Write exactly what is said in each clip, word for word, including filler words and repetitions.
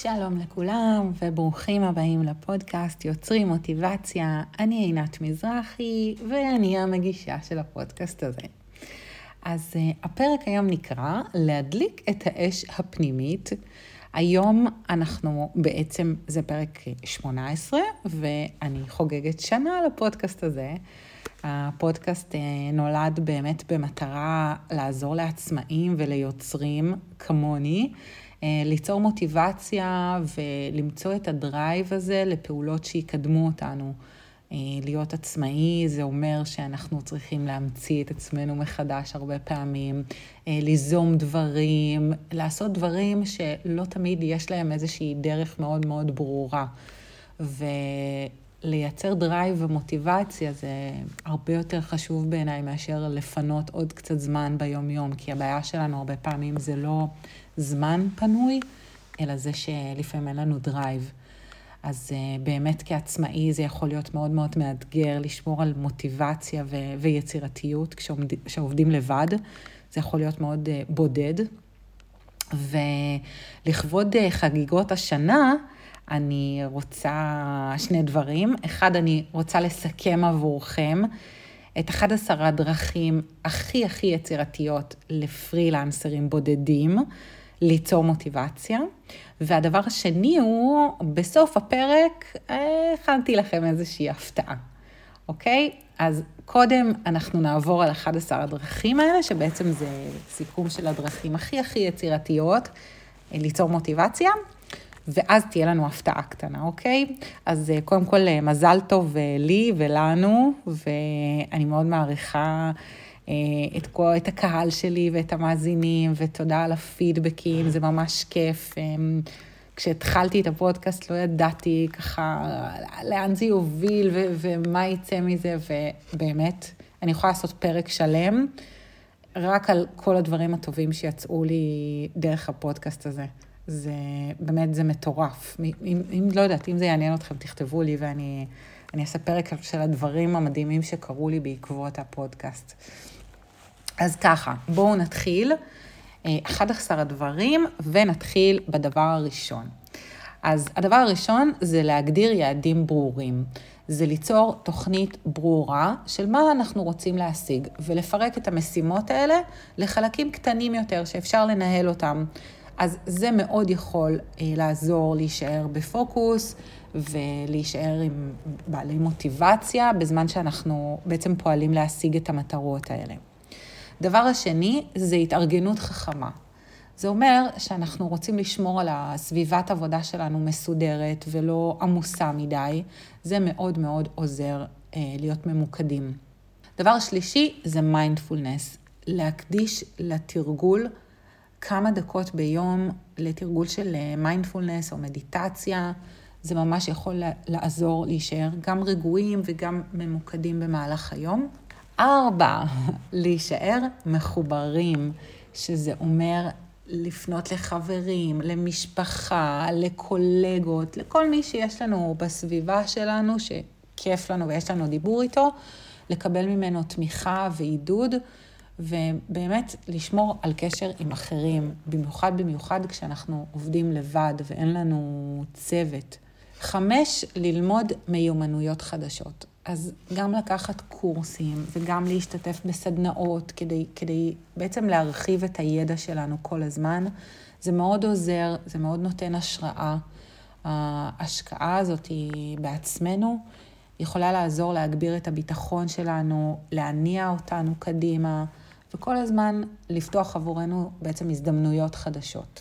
שלום לכולם וברוכים הבאים לפודקאסט יוצרים מוטיבציה. אני עינת מזרחי ואני המגישה של הפודקאסט הזה. אז uh, הפרק היום נקרא להדליק את האש הפנימית. היום אנחנו בעצם, זה פרק שמונה עשרה ואני חוגגת שנה לפודקאסט הזה. הפודקאסט uh, נולד באמת במטרה לעזור לעצמאים וליוצרים כמוני, ליצור מוטיבציה ולמצוא את הדרייב הזה לפעולות שיקדמו אותנו. להיות עצמאי זה אומר שאנחנו צריכים להמציא את עצמנו מחדש הרבה פעמים, ליזום דברים, לעשות דברים שלא תמיד יש להם איזושהי דרך מאוד מאוד ברורה. ולייצר דרייב ומוטיבציה זה הרבה יותר חשוב בעיניי מאשר לפנות עוד קצת זמן ביום יום, כי הבעיה שלנו הרבה פעמים זה לא זמן פנוי, אלא זה שלפעמים אין לנו דרייב. אז uh, באמת כעצמאי זה יכול להיות מאוד מאוד מאתגר, לשמור על מוטיבציה ו- ויצירתיות כשעובדים לבד. זה יכול להיות מאוד uh, בודד. ולכבוד uh, חגיגות השנה, אני רוצה שני דברים. אחד, אני רוצה לסכם עבורכם את אחד עשר הדרכים הכי הכי יצירתיות לפרילנסרים בודדים, ליצור מוטיבציה. והדבר השני הוא, בסוף הפרק, הכנתי לכם איזושהי הפתעה. אוקיי? אז קודם אנחנו נעבור על אחד עשר הדרכים האלה, שבעצם זה סיכום של הדרכים הכי הכי יצירתיות, ליצור מוטיבציה, ואז תהיה לנו הפתעה קטנה, אוקיי? אז קודם כל מזל טוב לי ולנו, ואני מאוד מעריכה את, כל, את הקהל שלי ואת המאזינים, ותודה על הפידבקים, זה ממש כיף. כשהתחלתי את הפודקאסט לא ידעתי ככה לאן זה יוביל ו- ומה יצא מזה, ובאמת אני יכולה לעשות פרק שלם, רק על כל הדברים הטובים שיצאו לי דרך הפודקאסט הזה. זה באמת, זה מטורף. אם, אם לא יודעת, אם זה יעניין אתכם, תכתבו לי ואני אני אעשה פרק של הדברים המדהימים שקרו לי בעקבות הפודקאסט. אז ככה, בואו נתחיל אחד עשר הדברים ונתחיל בדבר הראשון. אז הדבר הראשון זה להגדיר יעדים ברורים. זה ליצור תוכנית ברורה של מה אנחנו רוצים להשיג, ולפרק את המשימות האלה לחלקים קטנים יותר שאפשר לנהל אותם. אז זה מאוד יכול אה, לעזור להישאר בפוקוס ולהישאר עם בעלי מוטיבציה בזמן שאנחנו בעצם פועלים להשיג את המטרות האלה. דבר השני זה התארגנות חכמה. זה אומר שאנחנו רוצים לשמור על הסביבת עבודה שלנו מסודרת ולא עמוסה מדי. זה מאוד מאוד עוזר אה, להיות ממוקדים. דבר שלישי זה מיינדפולנס. להקדיש לתרגול כמה דקות ביום לתרגול של מיינדפולנס או מדיטציה. זה ממש יכול לעזור להישאר גם רגועים וגם ממוקדים במהלך היום. ארבע, להישאר מחוברים, שזה אומר לפנות לחברים, למשפחה, לקולגות, לכל מי שיש לנו בסביבה שלנו, שכיף לנו ויש לנו דיבור איתו, לקבל ממנו תמיכה ועידוד, ובאמת לשמור על קשר עם אחרים, במיוחד במיוחד כשאנחנו עובדים לבד ואין לנו צוות. חמש, ללמוד מיומנויות חדשות. אז גם לקחת קורסים וגם להשתתף בסדנאות כדי, כדי בעצם להרחיב את הידע שלנו כל הזמן. זה מאוד עוזר, זה מאוד נותן השראה. ההשקעה הזאת היא בעצמנו, יכולה לעזור להגביר את הביטחון שלנו, להניע אותנו קדימה, וכל הזמן לפתוח עבורנו בעצם הזדמנויות חדשות.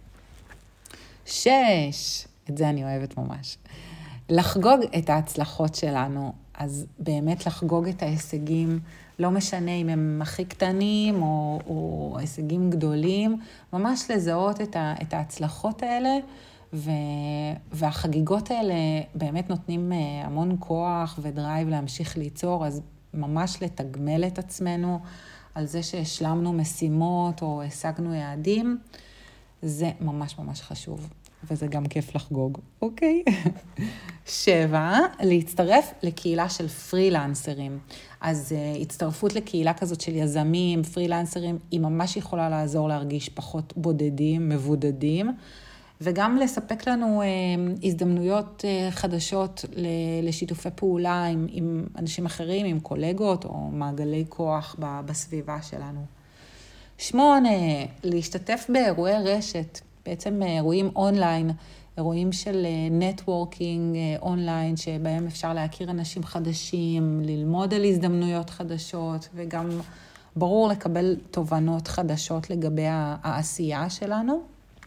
שש, את זה אני אוהבת ממש. לחגוג את ההצלחות שלנו, אז באמת לחגוג את ההישגים, לא משנה אם הם הכי קטנים או, או הישגים גדולים, ממש לזהות את, ה, את ההצלחות האלה, ו, והחגיגות האלה באמת נותנים המון כוח ודרייב להמשיך ליצור, אז ממש לתגמל את עצמנו על זה שהשלמנו משימות או השגנו יעדים, זה ממש ממש חשוב. וזה גם כיף לחגוג, אוקיי? שבע, להצטרף לקהילה של פרילנסרים. אז uh, הצטרפות לקהילה כזאת של יזמים, פרילנסרים, היא ממש יכולה לעזור להרגיש פחות בודדים, מבודדים, וגם לספק לנו הזדמנויות חדשות לשיתופי פעולה עם, עם אנשים אחרים, עם קולגות או מעגלי כוח בסביבה שלנו. שמונה, להשתתף באירועי רשת, בעצם אירועים אונליין, אירועים של נטוורקינג אונליין, שבהם אפשר להכיר אנשים חדשים, ללמוד על הזדמנויות חדשות, וגם ברור לקבל תובנות חדשות לגבי העשייה שלנו.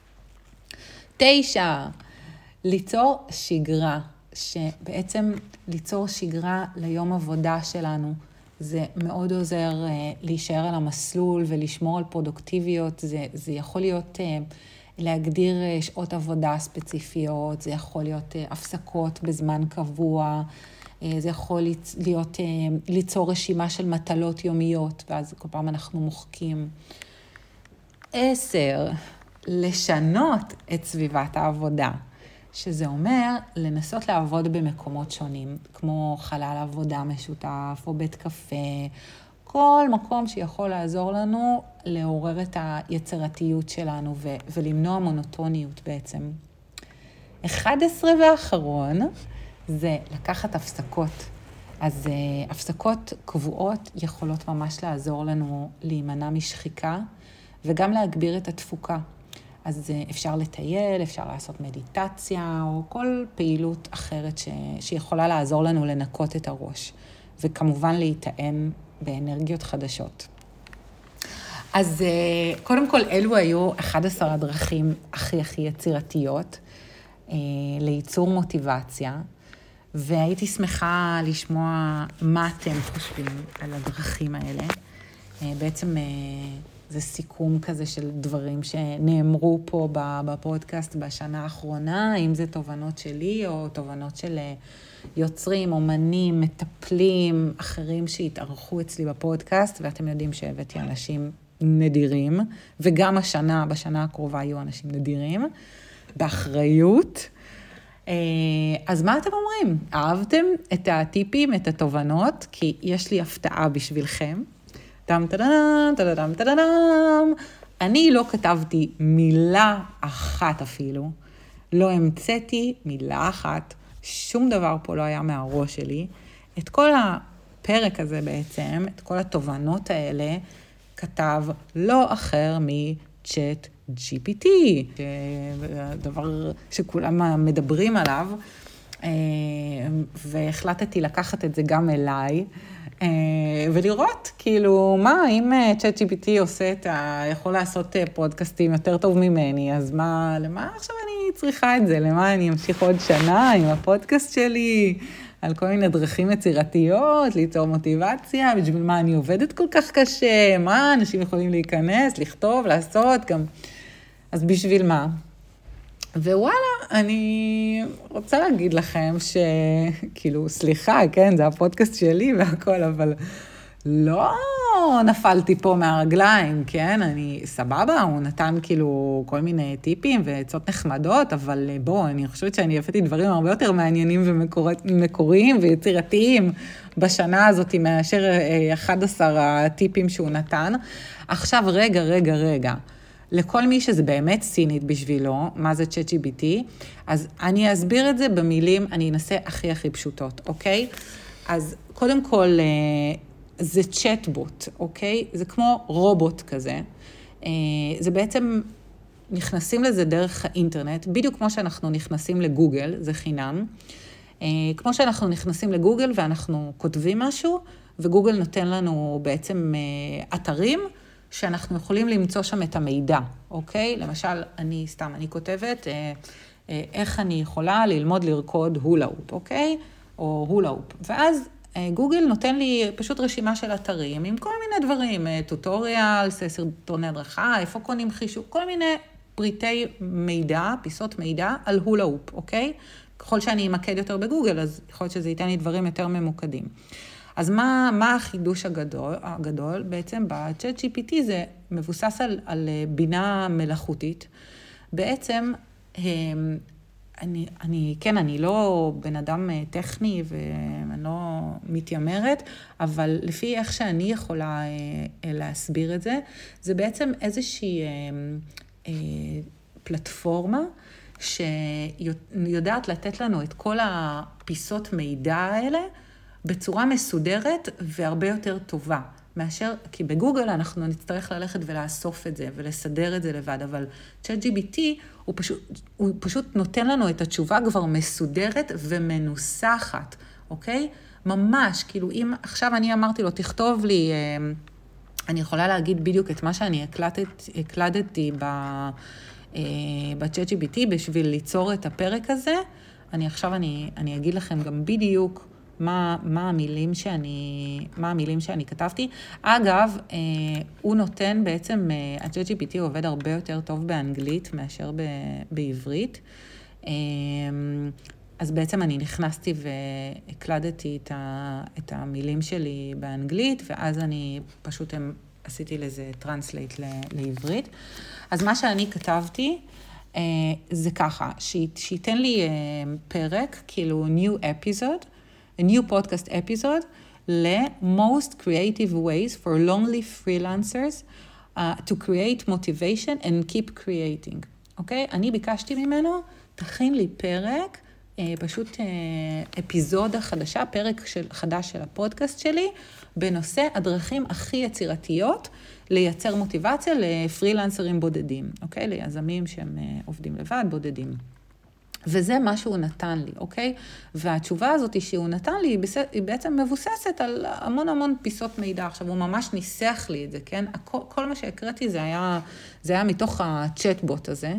תשע, ליצור שגרה, שבעצם ליצור שגרה ליום עבודה שלנו, זה מאוד עוזר להישאר על המסלול ולשמור על פרודוקטיביות, זה, זה יכול להיות להגדיר שעות עבודה ספציפיות, זה יכול להיות הפסקות בזמן קבוע, זה יכול להיות ליצור רשימה של מטלות יומיות, ואז כל פעם אנחנו מוחקים. עשר, לשנות את סביבת העבודה, שזה אומר לנסות לעבוד במקומות שונים, כמו חלל עבודה משותף או בית קפה, כל מקום שיכול לעזור לנו לעורר את היצירתיות שלנו ו- ולמנוע מונוטוניות בעצם. אחד עשרה ואחרון זה לקחת הפסקות. אז uh, הפסקות קבועות יכולות ממש לעזור לנו להימנע משחיקה וגם להגביר את התפוקה. אז uh, אפשר לטייל, אפשר לעשות מדיטציה או כל פעילות אחרת ש- שיכולה לעזור לנו לנקות את הראש. וכמובן להיטען באנרגיות חדשות. אז uh, קודם כל אלו היו אחד עשר הדרכים הכי הכי יצירתיות uh, לייצור מוטיבציה. והייתי שמחה לשמוע מה אתם חושבים על הדרכים האלה. בעצם זה סיכום כזה של דברים שנאמרו פה בפודקאסט בשנה האחרונה, אם זה תובנות שלי או תובנות של יוצרים, אומנים, מטפלים, אחרים שהתארחו אצלי בפודקאסט, ואתם יודעים שהבאתי אנשים נדירים, וגם השנה, בשנה הקרובה יהיו אנשים נדירים, באחריות. אז מה אתם אומרים? אהבתם את הטיפים, את התובנות? כי יש לי הפתעה בשבילכם. טם טדדם, טדדם, טדדם. אני לא כתבתי מילה אחת אפילו. לא המצאתי מילה אחת. שום דבר פה לא היה מהראש שלי. את כל הפרק הזה בעצם, את כל התובנות האלה, כתב לא אחר מצ'אט ג'י פי טי, דבר שכולם מדברים עליו, והחלטתי לקחת את זה גם אליי, ולראות, כאילו, מה, אם צ'אט ג'י פי טי עושה את ה... יכול לעשות פודקאסטים יותר טוב ממני, אז מה, למה עכשיו אני צריכה את זה? למה אני אמשיך עוד שנה עם הפודקאסט שלי? על כל מיני דרכים יצירתיות, ליצור מוטיבציה, בשביל מה אני עובדת כל כך קשה, מה אנשים יכולים להיכנס, לכתוב, לעשות, גם... אז בשביל מה? ווואלה, אני רוצה להגיד לכם שכאילו, סליחה, כן, זה הפודקאסט שלי והכל, אבל לא נפלתי פה מהרגליים, כן? אני סבבה, הוא נתן כאילו כל מיני טיפים ועצות נחמדות, אבל בוא, אני חושבת שאני הבאתי דברים הרבה יותר מעניינים ומקוריים ויצירתיים בשנה הזאת מאשר אחד עשר הטיפים שהוא נתן. עכשיו, רגע, רגע, רגע. לכל מי שזה באמת סינית בשבילו, מה זה צ'אט ג'י פי טי, אז אני אסביר את זה במילים, אני אנסה הכי הכי פשוטות, אוקיי? אז קודם כל, זה צ'אטבוט, אוקיי? זה כמו רובוט כזה. זה בעצם, נכנסים לזה דרך האינטרנט, בדיוק כמו שאנחנו נכנסים לגוגל, זה חינם. כמו שאנחנו נכנסים לגוגל ואנחנו כותבים משהו, וגוגל נותן לנו בעצם אתרים, שאנחנו יכולים למצוא שם את המידע, אוקיי? למשל, אני סתם, אני כותבת, אה, אה, איך אני יכולה ללמוד לרקוד הולה-הופ, אוקיי? או הולה-הופ. ואז אה, גוגל נותן לי פשוט רשימה של אתרים, עם כל מיני דברים, אה, טוטוריאלס, סרטוני הדרכה, איפה קונים חישוב, כל מיני פריטי מידע, פיסות מידע על הולה-הופ, אוקיי? ככל שאני אמקד יותר בגוגל, אז יכול להיות שזה ייתן לי דברים יותר ממוקדים. אז מה, מה החידוש הגדול? הגדול? בעצם בצ'אט ג'י פי טי זה מבוסס על, על בינה מלאכותית. בעצם, אני, אני, כן, אני לא בן אדם טכני ואני לא מתיימרת, אבל לפי איך שאני יכולה להסביר את זה, זה בעצם איזושהי פלטפורמה שיודעת לתת לנו את כל הפיסות מידע האלה בצורה מסודרת והרבה יותר טובה. מאשר, כי בגוגל אנחנו נצטרך ללכת ולאסוף את זה ולסדר את זה לבד, אבל צ'אט ג'י פי טי הוא פשוט, הוא פשוט נותן לנו את התשובה כבר מסודרת ומנוסחת, אוקיי? ממש, כאילו אם עכשיו אני אמרתי לו, תכתוב לי, אני יכולה להגיד בדיוק את מה שאני הקלטת, הקלטתי בצ'אט ג'י פי טי בשביל ליצור את הפרק הזה. אני עכשיו אני, אני אגיד לכם גם בדיוק מה, מה המילים שאני, מה המילים שאני כתבתי. אגב, אה, הוא נותן בעצם, אה, ה-צ'אט ג'י פי טי עובד הרבה יותר טוב באנגלית מאשר ב, בעברית. אה, אז בעצם אני נכנסתי והקלדתי את, ה, את המילים שלי באנגלית, ואז אני פשוט הם, עשיתי לזה טרנסלייט לעברית. אז מה שאני כתבתי, אה, זה ככה, שייתן לי אה, פרק, כאילו new episode, a new podcast episode, ל-most creative ways for lonely freelancers uh, to create motivation and keep creating. אוקיי? אני ביקשתי ממנו, תכין לי פרק, אה, פשוט אה, אפיזודה חדשה, פרק של, חדש של הפודקאסט שלי, בנושא הדרכים הכי יצירתיות לייצר מוטיבציה לפרילנסרים בודדים, אוקיי? ליזמים שהם אה, עובדים לבד, בודדים. וזה מה שהוא נתן לי, אוקיי? והתשובה הזאת שהוא נתן לי, היא בעצם מבוססת על המון המון פיסות מידע. עכשיו, הוא ממש ניסח לי את זה, כן? הכל, כל מה שהקראתי זה היה, זה היה מתוך הצ'אטבוט הזה.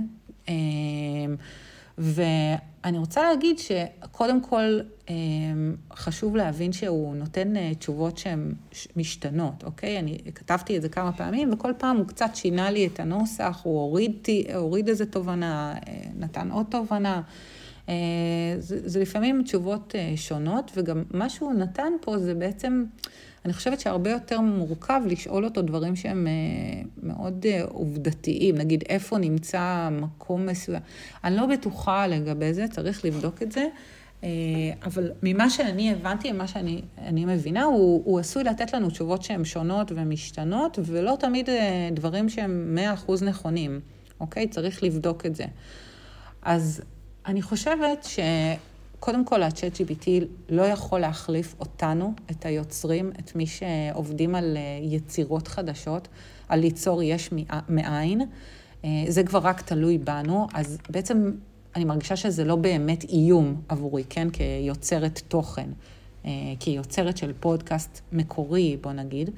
ואני רוצה להגיד שקודם כל חשוב להבין שהוא נותן תשובות שהן משתנות, אוקיי? אני כתבתי את זה כמה פעמים, וכל פעם הוא קצת שינה לי את הנוסח, הוא הוריד, הוריד איזה תובנה, נתן עוד תובנה. זה, זה לפעמים תשובות שונות, וגם מה שהוא נתן פה זה בעצם, אני חושבת שהרבה יותר מורכב לשאול אותו דברים שהם מאוד עובדתיים, נגיד איפה נמצא מקום מסוים. אני לא בטוחה לגבי זה, צריך לבדוק את זה, אבל ממה שאני הבנתי, ממה שאני אני מבינה, הוא, הוא עשוי לתת לנו תשובות שהן שונות ומשתנות, ולא תמיד דברים שהם מאה אחוז נכונים, אוקיי? צריך לבדוק את זה. אז אני חושבת ש... קודם כל, ה-צ'אט ג'י פי טי לא יכול להחליף אותנו, את היוצרים, את מי שעובדים על יצירות חדשות, על ליצור יש מאין. זה כבר רק תלוי בנו, אז בעצם אני מרגישה שזה לא באמת איום עבורי, כן? כיוצרת תוכן, כיוצרת של פודקאסט מקורי, בוא נגיד.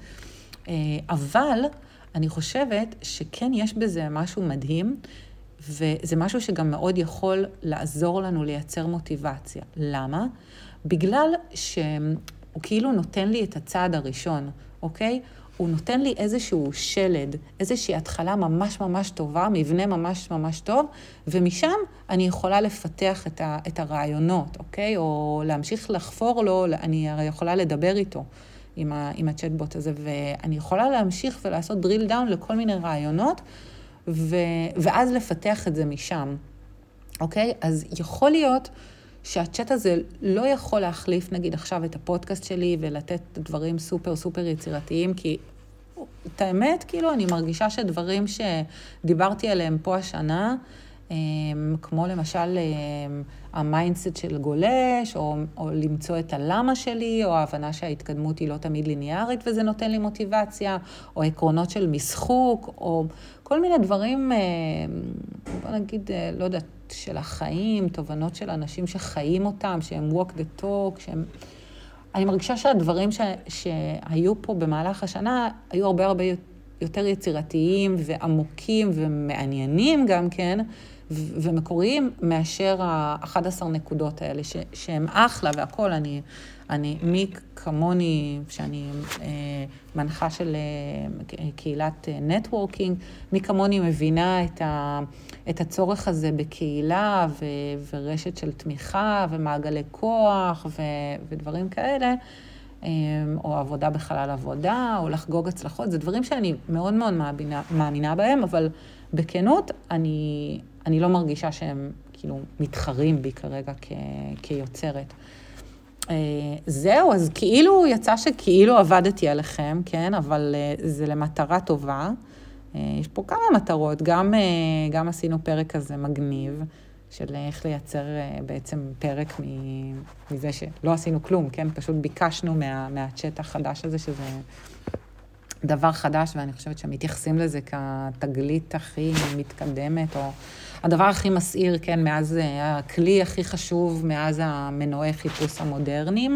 אבל אני חושבת שכן יש בזה משהו מדהים, וזה משהו שגם מאוד יכול לעזור לנו לייצר מוטיבציה. למה? בגלל שהוא כאילו נותן לי את הצעד הראשון, אוקיי? הוא נותן לי איזשהו שלד, איזושהי התחלה ממש ממש טובה, מבנה ממש ממש טוב, ומשם אני יכולה לפתח את, ה, את הרעיונות, אוקיי? או להמשיך לחפור לו, אני הרי יכולה לדבר איתו עם, ה, עם הצ'אטבוט הזה, ואני יכולה להמשיך ולעשות drill down לכל מיני רעיונות, ו... ואז לפתח את זה משם, אוקיי? אז יכול להיות שהצ'אט הזה לא יכול להחליף, נגיד עכשיו, את הפודקאסט שלי ולתת דברים סופר סופר יצירתיים, כי את האמת, כאילו, אני מרגישה שדברים שדיברתי עליהם פה השנה, כמו למשל המיינדסט של גולש, או, או למצוא את הלמה שלי, או ההבנה שההתקדמות היא לא תמיד ליניארית, וזה נותן לי מוטיבציה, או עקרונות של משחוק, או כל מיני דברים, בוא נגיד, לא יודעת, של החיים, תובנות של אנשים שחיים אותם, שהם walk the talk, שהם... אני מרגישה שהדברים ש... שהיו פה במהלך השנה, היו הרבה הרבה יותר יצירתיים ועמוקים ומעניינים גם כן, ומקוריים מאשר ה-אחת עשרה נקודות האלה, ש- שהם אחלה והכל. אני, אני, מי כמוני, שאני אה, מנחה של אה, קהילת נטוורקינג, מי כמוני מבינה את, ה, את הצורך הזה בקהילה ו, ורשת של תמיכה ומעגלי כוח ו, ודברים כאלה, אה, או עבודה בחלל עבודה, או לחגוג הצלחות. זה דברים שאני מאוד מאוד מאמינה, מאמינה בהם, אבל בכנות אני... אני לא מרגישה שהם כאילו מתחרים בי כרגע כ, כיוצרת. זהו, אז כאילו יצא שכאילו עבדתי עליכם, כן? אבל זה למטרה טובה. יש פה כמה מטרות, גם, גם עשינו פרק כזה מגניב, של איך לייצר בעצם פרק מזה שלא עשינו כלום, כן? פשוט ביקשנו מה, מהצ'אט החדש הזה, שזה דבר חדש, ואני חושבת שמתייחסים לזה כתגלית הכי מתקדמת, או הדבר הכי מסעיר, כן? מאז הכלי הכי חשוב, מאז המנועי חיפוש המודרניים,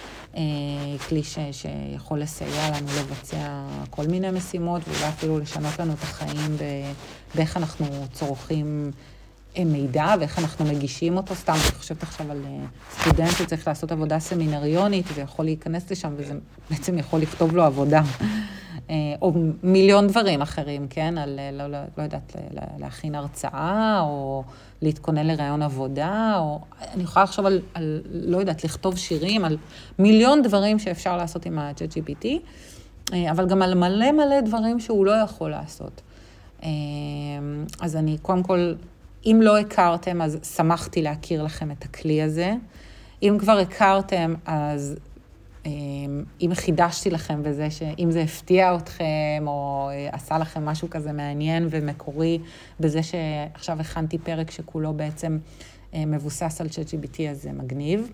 כלי ש, שיכול לסייע לנו לבצע כל מיני משימות, ואולי אפילו לשנות לנו את החיים באיך אנחנו צורכים מידע, ואיך אנחנו מגישים אותו. סתם, אני חושבת עכשיו על סטודנט שצריך לעשות עבודה סמינריונית, ויכול להיכנס לשם, וזה בעצם יכול לכתוב לו עבודה. או מיליון דברים אחרים, כן? על, לא, לא, לא יודעת, להכין הרצאה, או להתכונן לרעיון עבודה, או אני יכולה לחשוב על, על, לא יודעת, לכתוב שירים, על מיליון דברים שאפשר לעשות עם ה-צ'אט ג'י פי טי, אבל גם על מלא מלא דברים שהוא לא יכול לעשות. אז אני, קודם כל, אם לא הכרתם, אז שמחתי להכיר לכם את הכלי הזה. אם כבר הכרתם, אז אם חידשתי לכם בזה, שאם זה הפתיע אתכם, או עשה לכם משהו כזה מעניין ומקורי, בזה שעכשיו הכנתי פרק שכולו בעצם מבוסס על צ'אט ג'י פי טי, אז זה מגניב.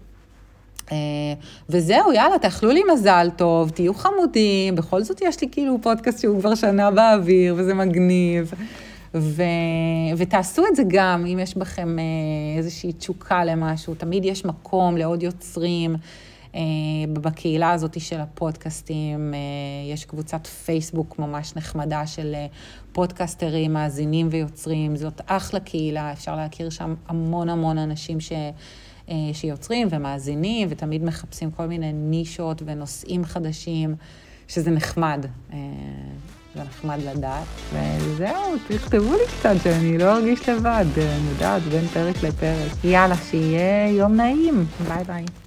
וזהו, יאללה, תאכלו לי מזל טוב, תהיו חמודים, בכל זאת יש לי כאילו פודקאסט שהוא כבר שנה באוויר, וזה מגניב. ו... ותעשו את זה גם, אם יש בכם איזושהי תשוקה למשהו, תמיד יש מקום לעוד יוצרים, בקהילה הזאת של הפודקאסטים, יש קבוצת פייסבוק ממש נחמדה של פודקאסטרים, מאזינים ויוצרים, זאת אחלה קהילה, אפשר להכיר שם המון המון אנשים ש... שיוצרים ומאזינים, ותמיד מחפשים כל מיני נישות ונושאים חדשים, שזה נחמד, זה נחמד לדעת, וזהו, תכתבו לי קצת שאני לא ארגיש לבד, אני יודעת, בין פרק לפרק. יאללה, שיהיה יום נעים, ביי ביי.